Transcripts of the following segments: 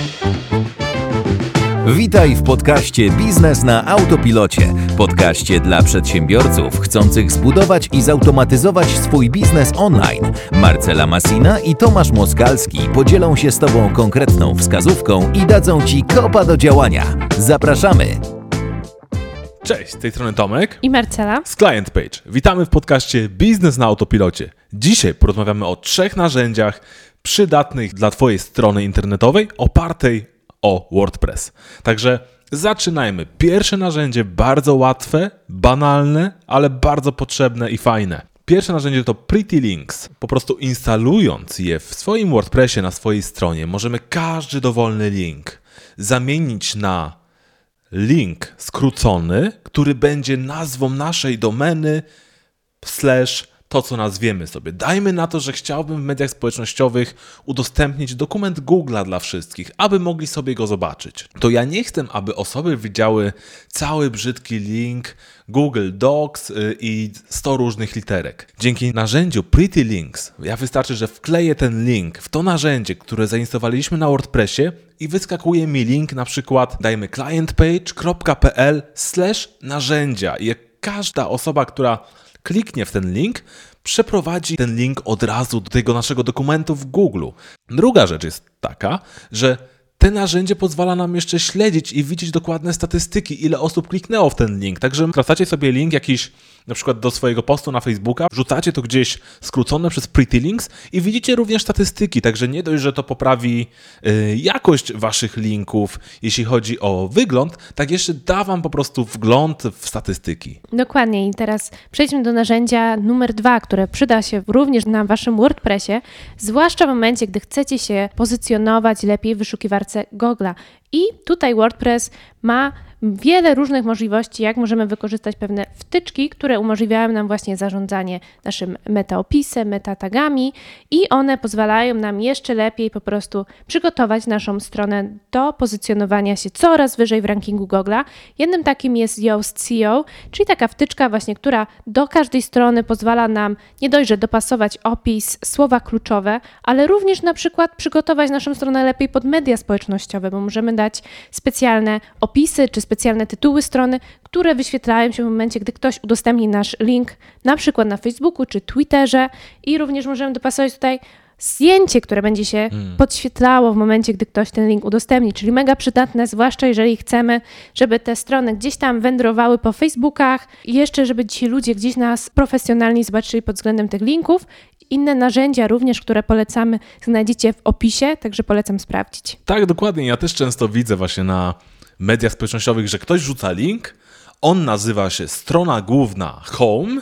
Witaj w podcaście Biznes na Autopilocie. Podcaście dla przedsiębiorców chcących zbudować i zautomatyzować swój biznes online. Marcela Masina i Tomasz Moskalski podzielą się z Tobą konkretną wskazówką i dadzą Ci kopa do działania. Zapraszamy! Cześć, z tej strony Tomek i Marcela z Client Page. Witamy w podcaście Biznes na Autopilocie. Dzisiaj porozmawiamy o 3 narzędziach przydatnych dla Twojej strony internetowej opartej o WordPress. Także zaczynajmy. Pierwsze narzędzie bardzo łatwe, banalne, ale bardzo potrzebne i fajne. Pierwsze narzędzie to Pretty Links. Po prostu instalując je w swoim WordPressie na swojej stronie, możemy każdy dowolny link zamienić na link skrócony, który będzie nazwą naszej domeny / to, co nazwiemy sobie. Dajmy na to, że chciałbym w mediach społecznościowych udostępnić dokument Google'a dla wszystkich, aby mogli sobie go zobaczyć. To ja nie chcę, aby osoby widziały cały brzydki link Google Docs i 100 różnych literek. Dzięki narzędziu Pretty Links, wystarczy, że wkleję ten link w to narzędzie, które zainstalowaliśmy na WordPressie i wyskakuje mi link, na przykład dajmy clientpage.pl/narzędzia i każda osoba, która kliknie w ten link, przeprowadzi ten link od razu do tego naszego dokumentu w Google. Druga rzecz jest taka, że te narzędzie pozwala nam jeszcze śledzić i widzieć dokładne statystyki, ile osób kliknęło w ten link. Także wracacie sobie link jakiś, na przykład do swojego postu na Facebooka, wrzucacie to gdzieś skrócone przez Pretty Links i widzicie również statystyki. Także nie dość, że to poprawi jakość waszych linków, jeśli chodzi o wygląd, tak jeszcze da wam po prostu wgląd w statystyki. Dokładnie. I teraz przejdźmy do narzędzia numer 2, które przyda się również na waszym WordPressie, zwłaszcza w momencie, gdy chcecie się pozycjonować lepiej w wyszukiwarce Google'a. I tutaj WordPress ma wiele różnych możliwości, jak możemy wykorzystać pewne wtyczki, które umożliwiają nam właśnie zarządzanie naszym metaopisem, metatagami i one pozwalają nam jeszcze lepiej po prostu przygotować naszą stronę do pozycjonowania się coraz wyżej w rankingu Google'a. Jednym takim jest Yoast SEO, czyli taka wtyczka właśnie, która do każdej strony pozwala nam nie dość, że dopasować opis, słowa kluczowe, ale również na przykład przygotować naszą stronę lepiej pod media społecznościowe, bo możemy dać specjalne opisy czy specjalne tytuły strony, które wyświetlają się w momencie, gdy ktoś udostępni nasz link, na przykład na Facebooku czy Twitterze i również możemy dopasować tutaj zdjęcie, które będzie się podświetlało w momencie, gdy ktoś ten link udostępni, czyli mega przydatne, zwłaszcza jeżeli chcemy, żeby te strony gdzieś tam wędrowały po Facebookach i jeszcze, żeby ci ludzie gdzieś nas profesjonalnie zobaczyli pod względem tych linków. Inne narzędzia również, które polecamy, znajdziecie w opisie, także polecam sprawdzić. Tak, dokładnie. Ja też często widzę właśnie na mediach społecznościowych, że ktoś rzuca link, on nazywa się strona główna Home,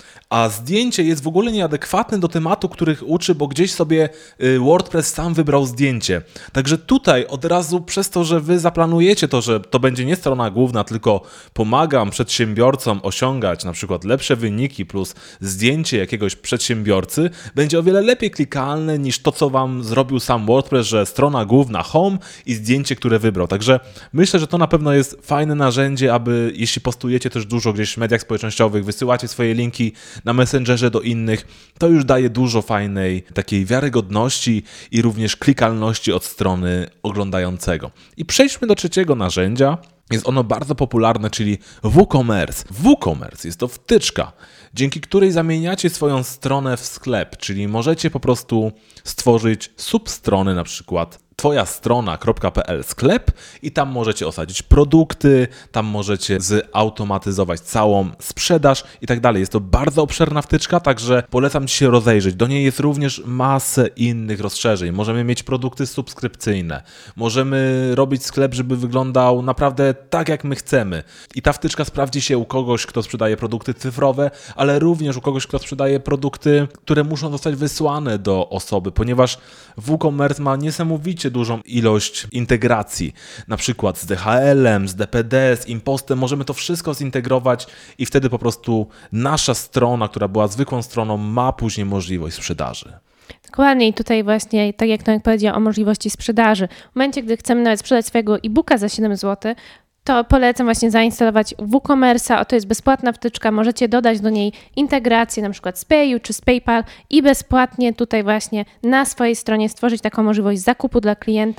a zdjęcie jest w ogóle nieadekwatne do tematu, których uczy, bo gdzieś sobie WordPress sam wybrał zdjęcie. Także tutaj od razu przez to, że wy zaplanujecie to, że to będzie nie strona główna, tylko pomagam przedsiębiorcom osiągać na przykład lepsze wyniki plus zdjęcie jakiegoś przedsiębiorcy, będzie o wiele lepiej klikalne niż to, co wam zrobił sam WordPress, że strona główna Home i zdjęcie, które wybrał. Także myślę, że to na pewno jest fajne narzędzie, aby jeśli postujecie też dużo gdzieś w mediach społecznościowych, wysyłacie swoje linki na Messengerze do innych, to już daje dużo fajnej takiej wiarygodności i również klikalności od strony oglądającego. I przejdźmy do 3 narzędzia. Jest ono bardzo popularne, czyli WooCommerce. WooCommerce jest to wtyczka, dzięki której zamieniacie swoją stronę w sklep, czyli możecie po prostu stworzyć substrony, na przykład twojastrona.pl sklep i tam możecie osadzić produkty, tam możecie zautomatyzować całą sprzedaż i tak dalej. Jest to bardzo obszerna wtyczka, także polecam Ci się rozejrzeć. Do niej jest również masę innych rozszerzeń. Możemy mieć produkty subskrypcyjne, możemy robić sklep, żeby wyglądał naprawdę tak, jak my chcemy. I ta wtyczka sprawdzi się u kogoś, kto sprzedaje produkty cyfrowe, ale również u kogoś, kto sprzedaje produkty, które muszą zostać wysłane do osoby, ponieważ WooCommerce ma niesamowicie dużą ilość integracji, na przykład z DHL-em, z DPD, z Impostem, możemy to wszystko zintegrować i wtedy po prostu nasza strona, która była zwykłą stroną, ma później możliwość sprzedaży. Dokładnie i tutaj właśnie, tak jak Tomek powiedział o możliwości sprzedaży. W momencie, gdy chcemy nawet sprzedać swojego e-booka za 7 zł, to polecam właśnie zainstalować WooCommerce'a. To jest bezpłatna wtyczka, możecie dodać do niej integrację na przykład z Payu czy z PayPal i bezpłatnie tutaj właśnie na swojej stronie stworzyć taką możliwość zakupu dla klienta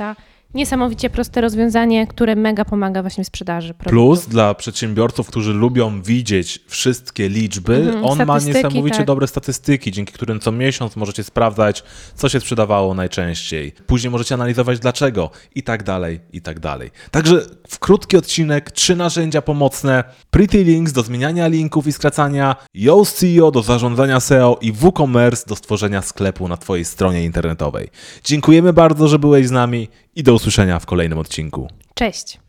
Niesamowicie proste rozwiązanie, które mega pomaga właśnie w sprzedaży produktów. Plus dla przedsiębiorców, którzy lubią widzieć wszystkie liczby, on ma niesamowicie dobre statystyki, dzięki którym co miesiąc możecie sprawdzać, co się sprzedawało najczęściej. Później możecie analizować dlaczego i tak dalej, i tak dalej. Także w krótki odcinek 3 narzędzia pomocne: Pretty Links do zmieniania linków i skracania, Yoast SEO do zarządzania SEO i WooCommerce do stworzenia sklepu na Twojej stronie internetowej. Dziękujemy bardzo, że byłeś z nami i do usłyszenia w kolejnym odcinku. Cześć!